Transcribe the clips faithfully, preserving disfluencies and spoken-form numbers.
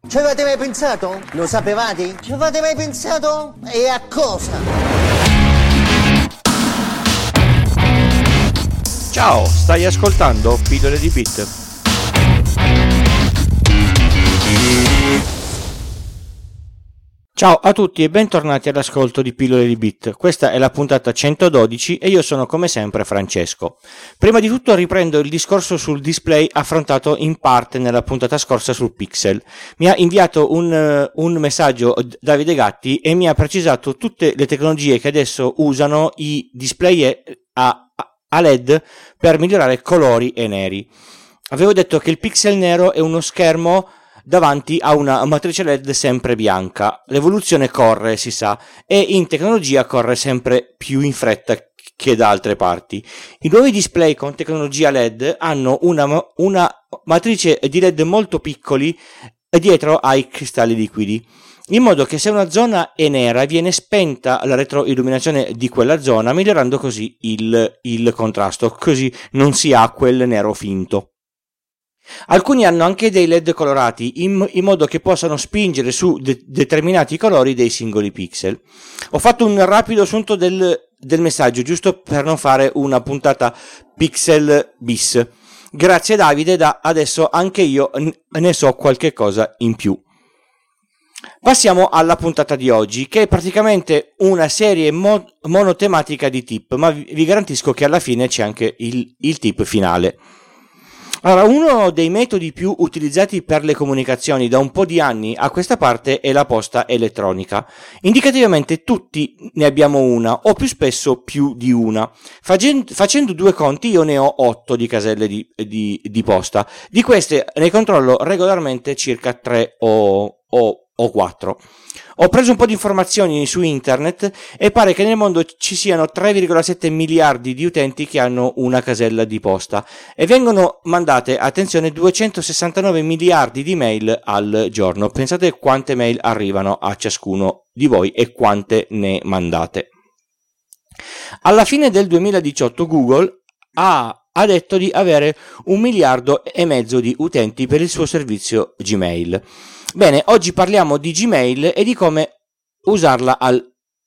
Ci avete mai pensato? Lo sapevate? Ci avete mai pensato? E a cosa? Ciao, stai ascoltando Pillole di Bit. Ciao a tutti e bentornati all'ascolto di Pillole di Bit. Questa è la puntata centododici e io sono come sempre Francesco. Prima di tutto riprendo il discorso sul display affrontato in parte nella puntata scorsa sul Pixel. Mi ha inviato un, uh, un messaggio Davide Gatti e mi ha precisato tutte le tecnologie che adesso usano i display a, a L E D per migliorare colori e neri. Avevo detto che il Pixel nero è uno schermo davanti a una matrice L E D sempre bianca. L'evoluzione corre, si sa, e in tecnologia corre sempre più in fretta che da altre parti. I nuovi display con tecnologia L E D hanno una, una matrice di L E D molto piccoli dietro ai cristalli liquidi, in modo che se una zona è nera viene spenta la retroilluminazione di quella zona, migliorando così il, il contrasto, così non si ha quel nero finto. Alcuni hanno anche dei L E D colorati in, in modo che possano spingere su de- determinati colori dei singoli pixel. Ho fatto un rapido assunto del, del messaggio giusto per non fare una puntata pixel bis. Grazie Davide, da adesso anche io ne so qualche cosa in più. Passiamo alla puntata di oggi, che è praticamente una serie mo- monotematica di tip, ma vi, vi garantisco che alla fine c'è anche il, il tip finale. Allora, uno dei metodi più utilizzati per le comunicazioni da un po' di anni a questa parte è la posta elettronica. Indicativamente tutti ne abbiamo una, o più spesso più di una. Facendo, facendo due conti io ne ho otto di caselle di, di, di posta. Di queste ne controllo regolarmente circa tre o, o, o quattro. Ho preso un po' di informazioni su internet e pare che nel mondo ci siano tre virgola sette miliardi di utenti che hanno una casella di posta e vengono mandate, attenzione, duecentosessantanove miliardi di mail al giorno. Pensate quante mail arrivano a ciascuno di voi e quante ne mandate. Alla fine del duemiladiciotto Google ha ha detto di avere un miliardo e mezzo di utenti per il suo servizio Gmail. Bene, oggi parliamo di Gmail e di come usarla al,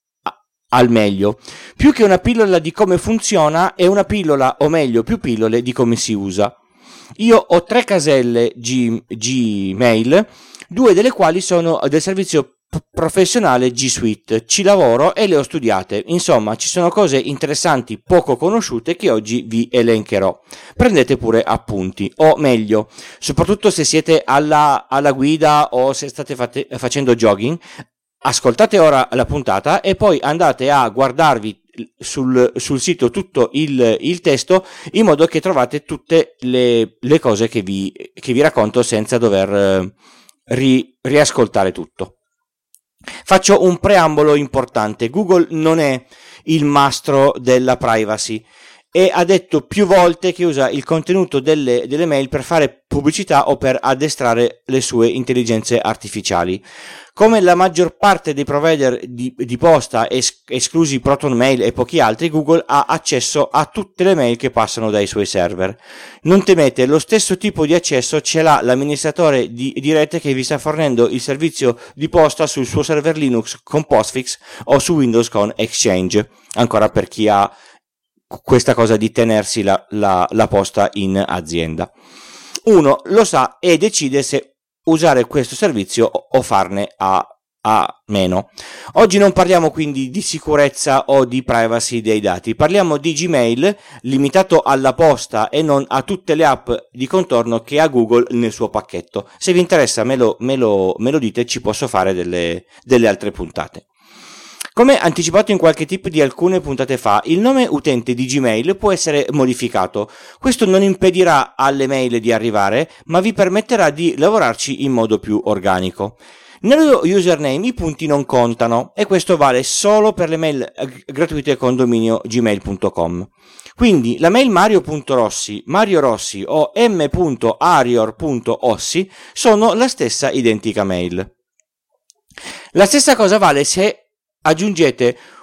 al meglio. Più che una pillola di come funziona, è una pillola, o meglio, più pillole di come si usa. Io ho tre caselle G, Gmail, due delle quali sono del servizio professionale G Suite. Ci lavoro e le ho studiate. Insomma, ci sono cose interessanti poco conosciute che oggi vi elencherò. Prendete pure appunti, o meglio, soprattutto se siete alla, alla guida o se state fate, facendo jogging, ascoltate ora la puntata e poi andate a guardarvi sul, sul sito tutto il, il testo, in modo che trovate tutte le, le cose che vi, che vi racconto senza dover ri, riascoltare tutto. Faccio un preambolo importante. Google non è il mastro della privacy e ha detto più volte che usa il contenuto delle, delle mail per fare pubblicità o per addestrare le sue intelligenze artificiali. Come la maggior parte dei provider di, di posta, es, esclusi ProtonMail e pochi altri, Google ha accesso a tutte le mail che passano dai suoi server. Non temete, lo stesso tipo di accesso ce l'ha l'amministratore di, di rete che vi sta fornendo il servizio di posta sul suo server Linux con Postfix o su Windows con Exchange, ancora per chi ha questa cosa di tenersi la, la, la posta in azienda. Uno lo sa e decide se usare questo servizio o farne a, a meno. Oggi non parliamo quindi di sicurezza o di privacy dei dati, parliamo di Gmail limitato alla posta e non a tutte le app di contorno che ha Google nel suo pacchetto. Se vi interessa me lo, me lo, me lo dite, ci posso fare delle, delle altre puntate. Come anticipato in qualche tip di alcune puntate fa, il nome utente di Gmail può essere modificato. Questo non impedirà alle mail di arrivare, ma vi permetterà di lavorarci in modo più organico. Nello username i punti non contano e questo vale solo per le mail gratuite con dominio gmail punto com. Quindi la mail mario punto rossi, Mario Rossi o m punto arior punto ossi sono la stessa identica mail. La stessa cosa vale se aggiungete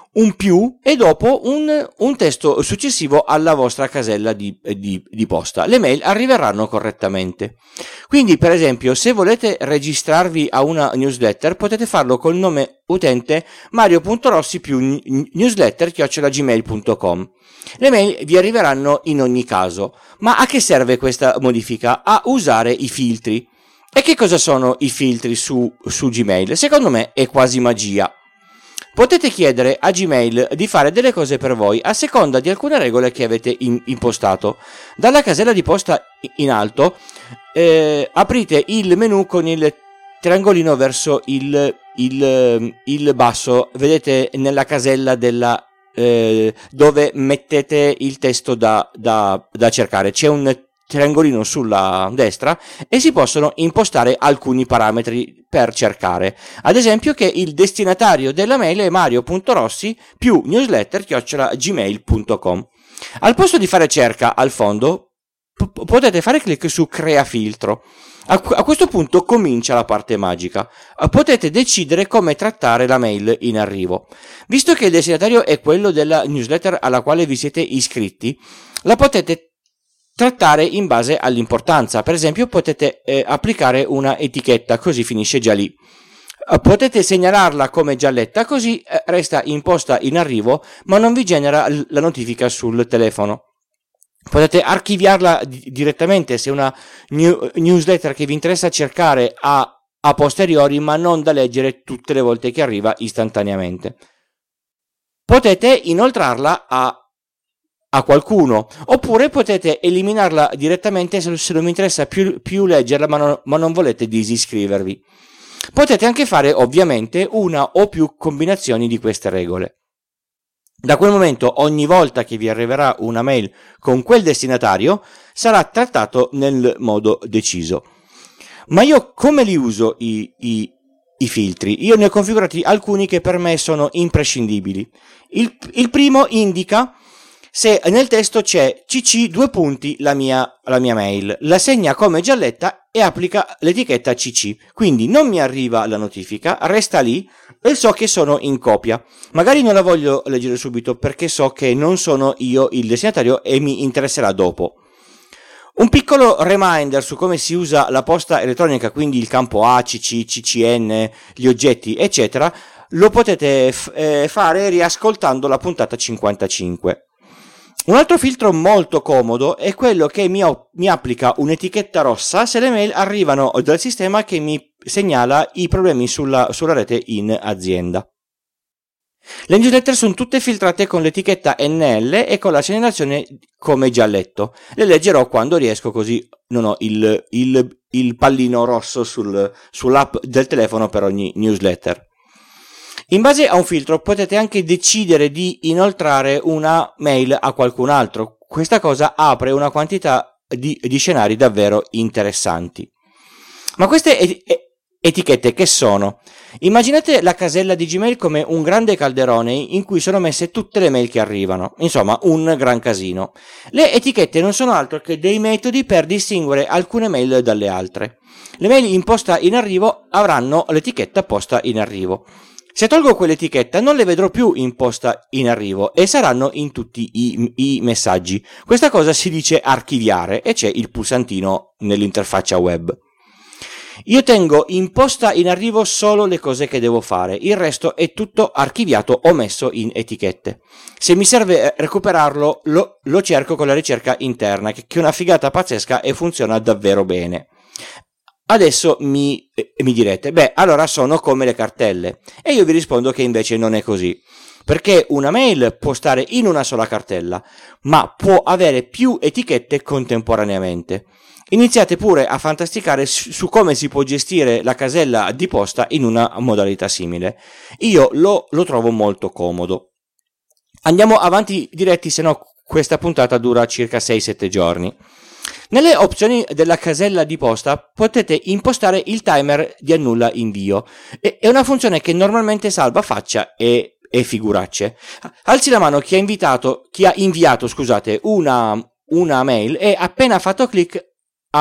un più e dopo un, un testo successivo alla vostra casella di, di, di posta. Le mail arriveranno correttamente. Quindi, per esempio, se volete registrarvi a una newsletter, potete farlo col nome utente mario.rossi più newsletter chiocciola gmail punto com. Le mail vi arriveranno in ogni caso. Ma a che serve questa modifica? A usare i filtri. E che cosa sono i filtri su, su Gmail? Secondo me è quasi magia. Potete chiedere a Gmail di fare delle cose per voi a seconda di alcune regole che avete in, impostato. Dalla casella di posta in alto eh, aprite il menu con il triangolino verso il, il, il basso. Vedete nella casella della, eh, dove mettete il testo da, da, da cercare. C'è un triangolino sulla destra e si possono impostare alcuni parametri per cercare, ad esempio che il destinatario della mail è mario.rossi più newsletter chiocciola gmail punto com. Al posto di fare cerca al fondo p- potete fare clic su crea filtro. A, a questo punto comincia la parte magica. Potete decidere come trattare la mail in arrivo. Visto che il destinatario è quello della newsletter alla quale vi siete iscritti, la potete trattare in base all'importanza. Per esempio potete eh, applicare una etichetta, così finisce già lì. Potete segnalarla come già letta, così eh, resta imposta in arrivo ma non vi genera l- la notifica sul telefono. Potete archiviarla di- direttamente se è una new- newsletter che vi interessa cercare a, a posteriori ma non da leggere tutte le volte che arriva istantaneamente. Potete inoltrarla a a qualcuno, oppure potete eliminarla direttamente se, se non vi interessa più, più leggerla ma non, ma non volete disiscrivervi. Potete anche fare ovviamente una o più combinazioni di queste regole. Da quel momento ogni volta che vi arriverà una mail con quel destinatario sarà trattato nel modo deciso. Ma io come li uso i, i, i filtri? Io ne ho configurati alcuni che per me sono imprescindibili. Il, il primo indica se nel testo c'è cc due punti la mia, la mia mail, la segna come gialletta e applica l'etichetta cc, quindi non mi arriva la notifica, resta lì e so che sono in copia. Magari non la voglio leggere subito perché so che non sono io il destinatario e mi interesserà dopo. Un piccolo reminder su come si usa la posta elettronica, quindi il campo A, cc, ccn, gli oggetti eccetera, lo potete f- eh, fare riascoltando la puntata cinquantacinque. Un altro filtro molto comodo è quello che mi, ho, mi applica un'etichetta rossa se le mail arrivano dal sistema che mi segnala i problemi sulla, sulla rete in azienda. Le newsletter sono tutte filtrate con l'etichetta N L e con la segnalazione come già letto. Le leggerò quando riesco, così non ho il, il, il pallino rosso sul, sull'app del telefono per ogni newsletter. In base a un filtro potete anche decidere di inoltrare una mail a qualcun altro. Questa cosa apre una quantità di, di scenari davvero interessanti. Ma queste et- etichette che sono? Immaginate la casella di Gmail come un grande calderone in cui sono messe tutte le mail che arrivano. Insomma, un gran casino. Le etichette non sono altro che dei metodi per distinguere alcune mail dalle altre. Le mail in posta in arrivo avranno l'etichetta posta in arrivo. Se tolgo quell'etichetta non le vedrò più in posta in arrivo e saranno in tutti i, i messaggi. Questa cosa si dice archiviare e c'è il pulsantino nell'interfaccia web. Io tengo in posta in arrivo solo le cose che devo fare, il resto è tutto archiviato o messo in etichette. Se mi serve recuperarlo lo, lo cerco con la ricerca interna, che è una figata pazzesca e funziona davvero bene. Adesso mi, eh, mi direte, beh, allora sono come le cartelle. E io vi rispondo che invece non è così. Perché una mail può stare in una sola cartella, ma può avere più etichette contemporaneamente. Iniziate pure a fantasticare su, su come si può gestire la casella di posta in una modalità simile. Io lo, lo trovo molto comodo. Andiamo avanti diretti, se no questa puntata dura circa sei sette giorni. Nelle opzioni della casella di posta potete impostare il timer di annulla invio. È una funzione che normalmente salva faccia e, e figuracce. Alzi la mano chi ha invitato, chi ha inviato, scusate, una, una mail e appena fatto clic ha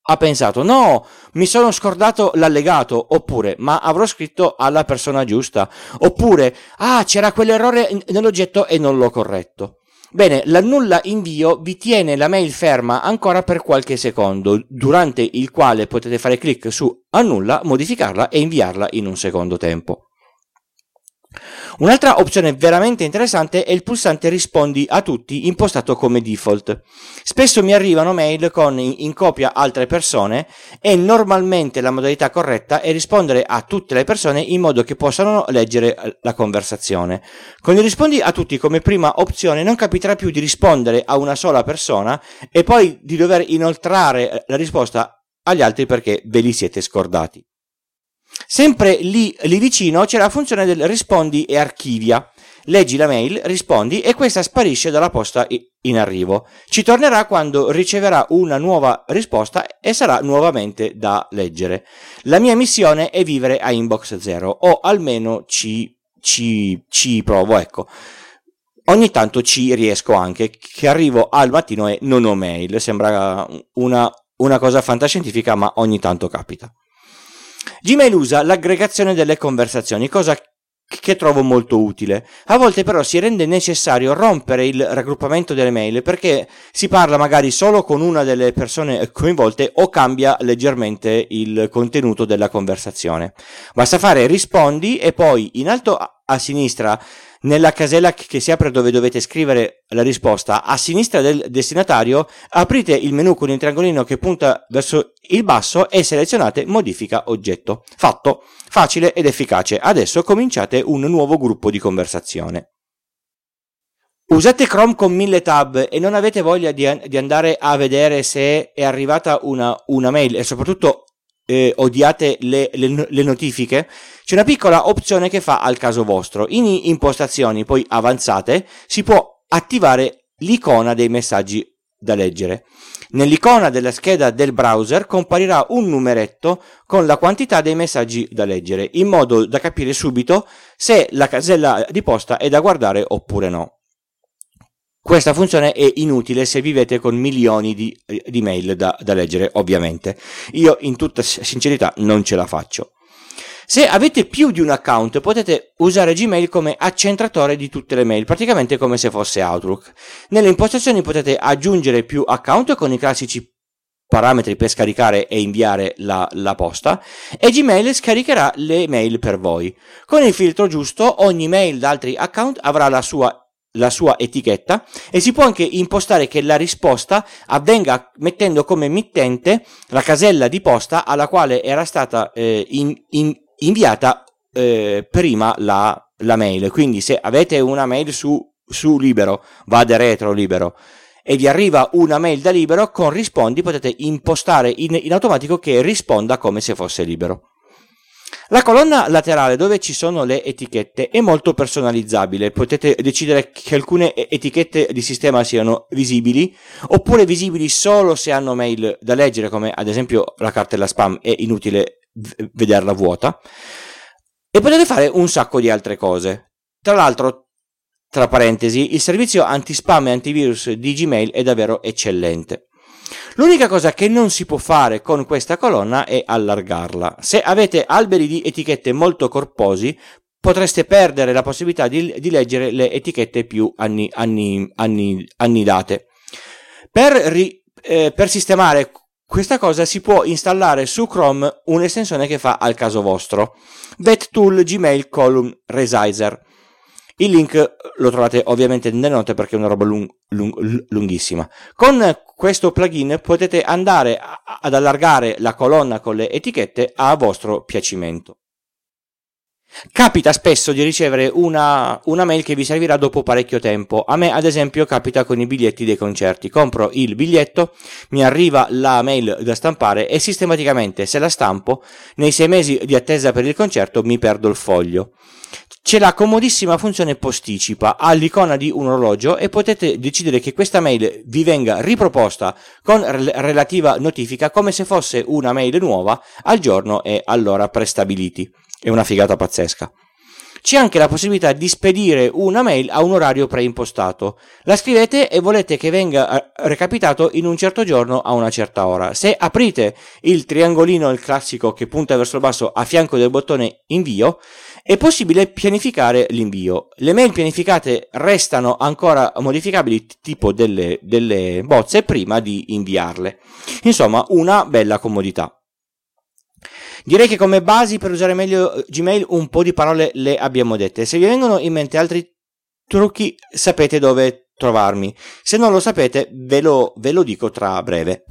ha pensato no, mi sono scordato l'allegato, oppure ma avrò scritto alla persona giusta, oppure ah c'era quell'errore nell'oggetto e non l'ho corretto. Bene, l'annulla invio vi tiene la mail ferma ancora per qualche secondo, durante il quale potete fare clic su annulla, modificarla e inviarla in un secondo tempo. Un'altra opzione veramente interessante è il pulsante rispondi a tutti impostato come default. Spesso mi arrivano mail con in copia altre persone e normalmente la modalità corretta è rispondere a tutte le persone in modo che possano leggere la conversazione. Con il rispondi a tutti come prima opzione non capiterà più di rispondere a una sola persona e poi di dover inoltrare la risposta agli altri perché ve li siete scordati. Sempre lì, lì vicino c'è la funzione del rispondi e archivia. Leggi la mail, rispondi e questa sparisce dalla posta in arrivo. Ci tornerà quando riceverà una nuova risposta e sarà nuovamente da leggere. La mia missione è vivere a inbox zero, o almeno ci, ci, ci provo, ecco. Ogni tanto ci riesco anche, che arrivo al mattino e non ho mail. Sembra una, una cosa fantascientifica, ma ogni tanto capita. Gmail usa l'aggregazione delle conversazioni, cosa che trovo molto utile. A volte però si rende necessario rompere il raggruppamento delle mail perché si parla magari solo con una delle persone coinvolte o cambia leggermente il contenuto della conversazione. Basta fare rispondi e poi in alto a sinistra, nella casella che si apre dove dovete scrivere la risposta, a sinistra del destinatario aprite il menu con il triangolino che punta verso il basso e selezionate modifica oggetto. Fatto, facile ed efficace. Adesso cominciate un nuovo gruppo di conversazione. Usate Chrome con mille tab e non avete voglia di, di andare a vedere se è arrivata una, una mail e soprattutto Eh, odiate le, le, le notifiche, c'è una piccola opzione che fa al caso vostro. In impostazioni poi avanzate si può attivare l'icona dei messaggi da leggere. Nell'icona della scheda del browser comparirà un numeretto con la quantità dei messaggi da leggere, in modo da capire subito se la casella di posta è da guardare oppure no. Questa funzione è inutile se vivete con milioni di, di mail da, da leggere, ovviamente. Io, in tutta sincerità, non ce la faccio. Se avete più di un account, potete usare Gmail come accentratore di tutte le mail, praticamente come se fosse Outlook. Nelle impostazioni potete aggiungere più account con i classici parametri per scaricare e inviare la, la posta, e Gmail scaricherà le mail per voi. Con il filtro giusto, ogni mail da altri account avrà la sua la sua etichetta e si può anche impostare che la risposta avvenga mettendo come mittente la casella di posta alla quale era stata eh, in, in, inviata eh, prima la, la mail. Quindi se avete una mail su, su Libero, vade retro Libero, e vi arriva una mail da Libero, con rispondi potete impostare in, in automatico che risponda come se fosse Libero. La colonna laterale dove ci sono le etichette è molto personalizzabile, potete decidere che alcune etichette di sistema siano visibili oppure visibili solo se hanno mail da leggere, come ad esempio la cartella spam, è inutile vederla vuota, e potete fare un sacco di altre cose. Tra l'altro, tra parentesi, il servizio anti-spam e antivirus di Gmail è davvero eccellente. L'unica cosa che non si può fare con questa colonna è allargarla. Se avete alberi di etichette molto corposi, potreste perdere la possibilità di, di leggere le etichette più anni, anni, anni, annidate. Per, ri, eh, per sistemare questa cosa si può installare su Chrome un'estensione che fa al caso vostro, VetTool Gmail Column Resizer. Il link lo trovate ovviamente nelle note perché è una roba lung, lung, lunghissima. Con questo plugin potete andare a, ad allargare la colonna con le etichette a vostro piacimento. Capita spesso di ricevere una, una mail che vi servirà dopo parecchio tempo. A me ad esempio capita con i biglietti dei concerti. Compro il biglietto, mi arriva la mail da stampare e sistematicamente, se la stampo, nei sei mesi di attesa per il concerto mi perdo il foglio. C'è la comodissima funzione posticipa, ha l'icona di un orologio e potete decidere che questa mail vi venga riproposta con relativa notifica come se fosse una mail nuova al giorno e all'ora prestabiliti. È una figata pazzesca. C'è anche la possibilità di spedire una mail a un orario preimpostato. La scrivete e volete che venga recapitato in un certo giorno a una certa ora. Se aprite il triangolino, il classico che punta verso il basso a fianco del bottone invio, è possibile pianificare l'invio. Le mail pianificate restano ancora modificabili, tipo delle, delle bozze, prima di inviarle. Insomma, una bella comodità. Direi che come basi per usare meglio Gmail un po' di parole le abbiamo dette. Se vi vengono in mente altri trucchi, sapete dove trovarmi. Se non lo sapete, ve lo, ve lo dico tra breve.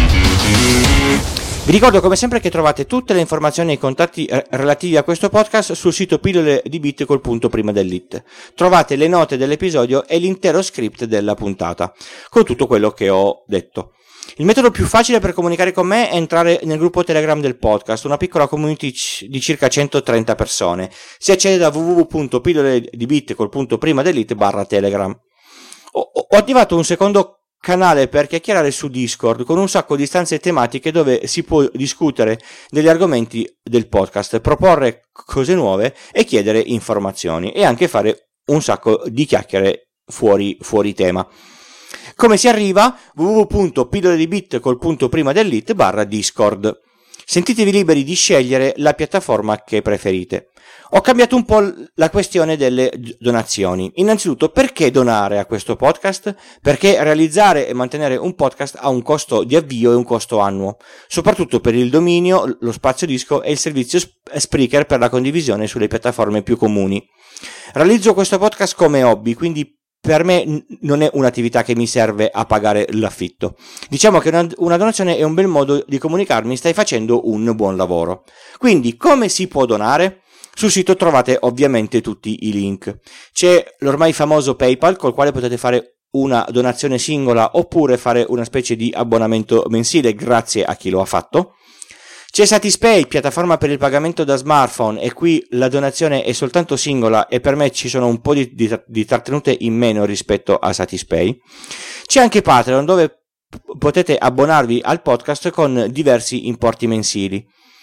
Vi ricordo come sempre che trovate tutte le informazioni e i contatti relativi a questo podcast sul sito pillole di bit col punto prima dell'it. Trovate le note dell'episodio e l'intero script della puntata, con tutto quello che ho detto. Il metodo più facile per comunicare con me è entrare nel gruppo Telegram del podcast, una piccola community di circa centotrenta persone. Si accede da w w w punto pillole di bit col punto prima dell'it barra Telegram. Ho, ho attivato un secondo canale per chiacchierare su Discord con un sacco di stanze tematiche dove si può discutere degli argomenti del podcast, proporre cose nuove e chiedere informazioni e anche fare un sacco di chiacchiere fuori, fuori tema. Come si arriva? w w w punto pillole di bit col punto prima dell'it barra Discord. Sentitevi liberi di scegliere la piattaforma che preferite. Ho cambiato un po' la questione delle donazioni. Innanzitutto, perché donare a questo podcast? Perché realizzare e mantenere un podcast ha un costo di avvio e un costo annuo, soprattutto per il dominio, lo spazio disco e il servizio Spreaker per la condivisione sulle piattaforme più comuni. Realizzo questo podcast come hobby, quindi per me non è un'attività che mi serve a pagare l'affitto. Diciamo che una, una donazione è un bel modo di comunicarmi, stai facendo un buon lavoro. Quindi, come si può donare? Sul sito trovate ovviamente tutti i link. C'è l'ormai famoso PayPal, col quale potete fare una donazione singola oppure fare una specie di abbonamento mensile grazie a chi lo ha fatto. C'è Satispay, piattaforma per il pagamento da smartphone, e qui la donazione è soltanto singola e per me ci sono un po' di, di, di trattenute in meno rispetto a Satispay. C'è anche Patreon, dove potete abbonarvi al podcast con diversi importi mensili.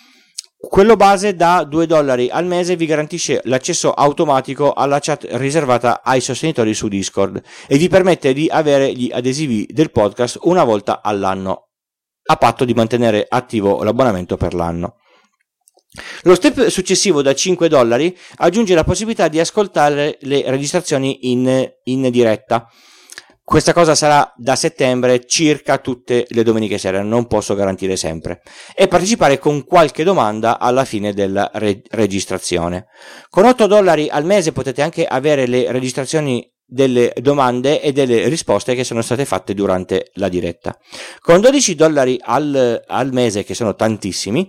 Quello base da due dollari al mese vi garantisce l'accesso automatico alla chat riservata ai sostenitori su Discord e vi permette di avere gli adesivi del podcast una volta all'anno, a patto di mantenere attivo l'abbonamento per l'anno. Lo step successivo da cinque dollari aggiunge la possibilità di ascoltare le registrazioni in, in diretta. Questa cosa sarà da settembre circa tutte le domeniche sere, non posso garantire sempre, e partecipare con qualche domanda alla fine della re- registrazione. Con otto dollari al mese potete anche avere le registrazioni delle domande e delle risposte che sono state fatte durante la diretta. Con dodici dollari al, al mese, che sono tantissimi,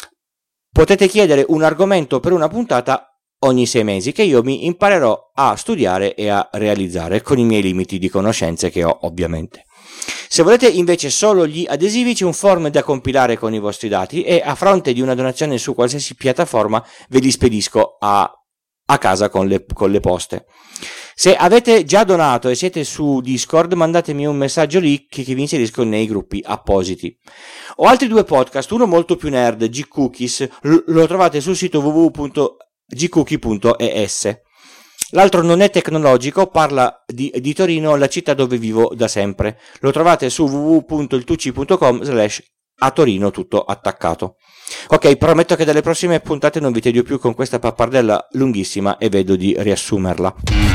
potete chiedere un argomento per una puntata ogni sei mesi, che io mi imparerò a studiare e a realizzare con i miei limiti di conoscenze che ho, ovviamente. Se volete invece solo gli adesivi, c'è un form da compilare con i vostri dati e a fronte di una donazione su qualsiasi piattaforma ve li spedisco a, a casa con le, con le poste. Se avete già donato e siete su Discord, mandatemi un messaggio lì che vi inserisco nei gruppi appositi. Ho altri due podcast, uno molto più nerd, G-Cookies, lo trovate sul sito w w w punto g cookie punto e s. L'altro non è tecnologico, parla di, di Torino, la città dove vivo da sempre. Lo trovate su w w w punto il tucci punto com slash a Torino, tutto attaccato. Ok, prometto che dalle prossime puntate non vi tedio più con questa pappardella lunghissima e vedo di riassumerla.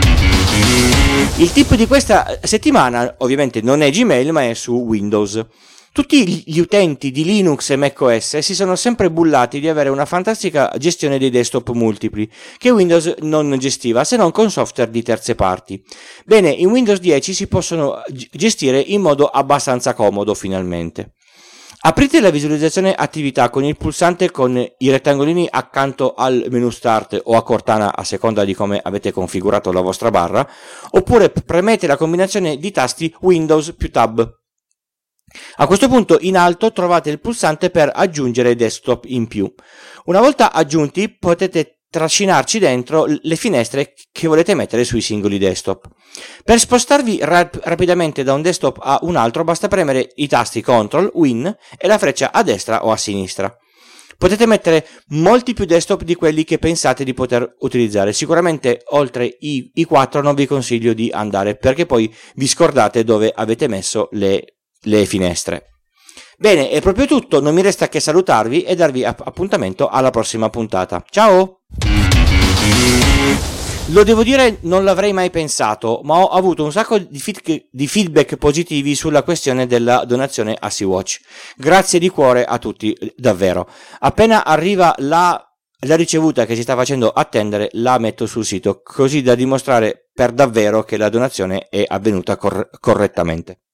Il tip di questa settimana ovviamente non è Gmail, ma è su Windows. Tutti gli utenti di Linux e macOS si sono sempre bullati di avere una fantastica gestione dei desktop multipli, che Windows non gestiva se non con software di terze parti. Bene, in Windows dieci si possono gestire in modo abbastanza comodo finalmente. Aprite la visualizzazione attività con il pulsante con i rettangolini accanto al menu Start o a Cortana a seconda di come avete configurato la vostra barra, oppure premete la combinazione di tasti Windows più Tab. A questo punto in alto trovate il pulsante per aggiungere desktop in più. Una volta aggiunti potete trascinarci dentro le finestre che volete mettere sui singoli desktop. Per spostarvi rap- rapidamente da un desktop a un altro basta premere i tasti Ctrl, Win e la freccia a destra o a sinistra. Potete mettere molti più desktop di quelli che pensate di poter utilizzare. Sicuramente oltre i, i quattro non vi consiglio di andare, perché poi vi scordate dove avete messo le, le finestre. Bene, è proprio tutto, non mi resta che salutarvi e darvi appuntamento alla prossima puntata. Ciao! Lo devo dire, non l'avrei mai pensato, ma ho avuto un sacco di, feed- di feedback positivi sulla questione della donazione a Sea-Watch. Grazie di cuore a tutti, davvero. Appena arriva la, la ricevuta che si sta facendo attendere, la metto sul sito, così da dimostrare per davvero che la donazione è avvenuta cor- correttamente.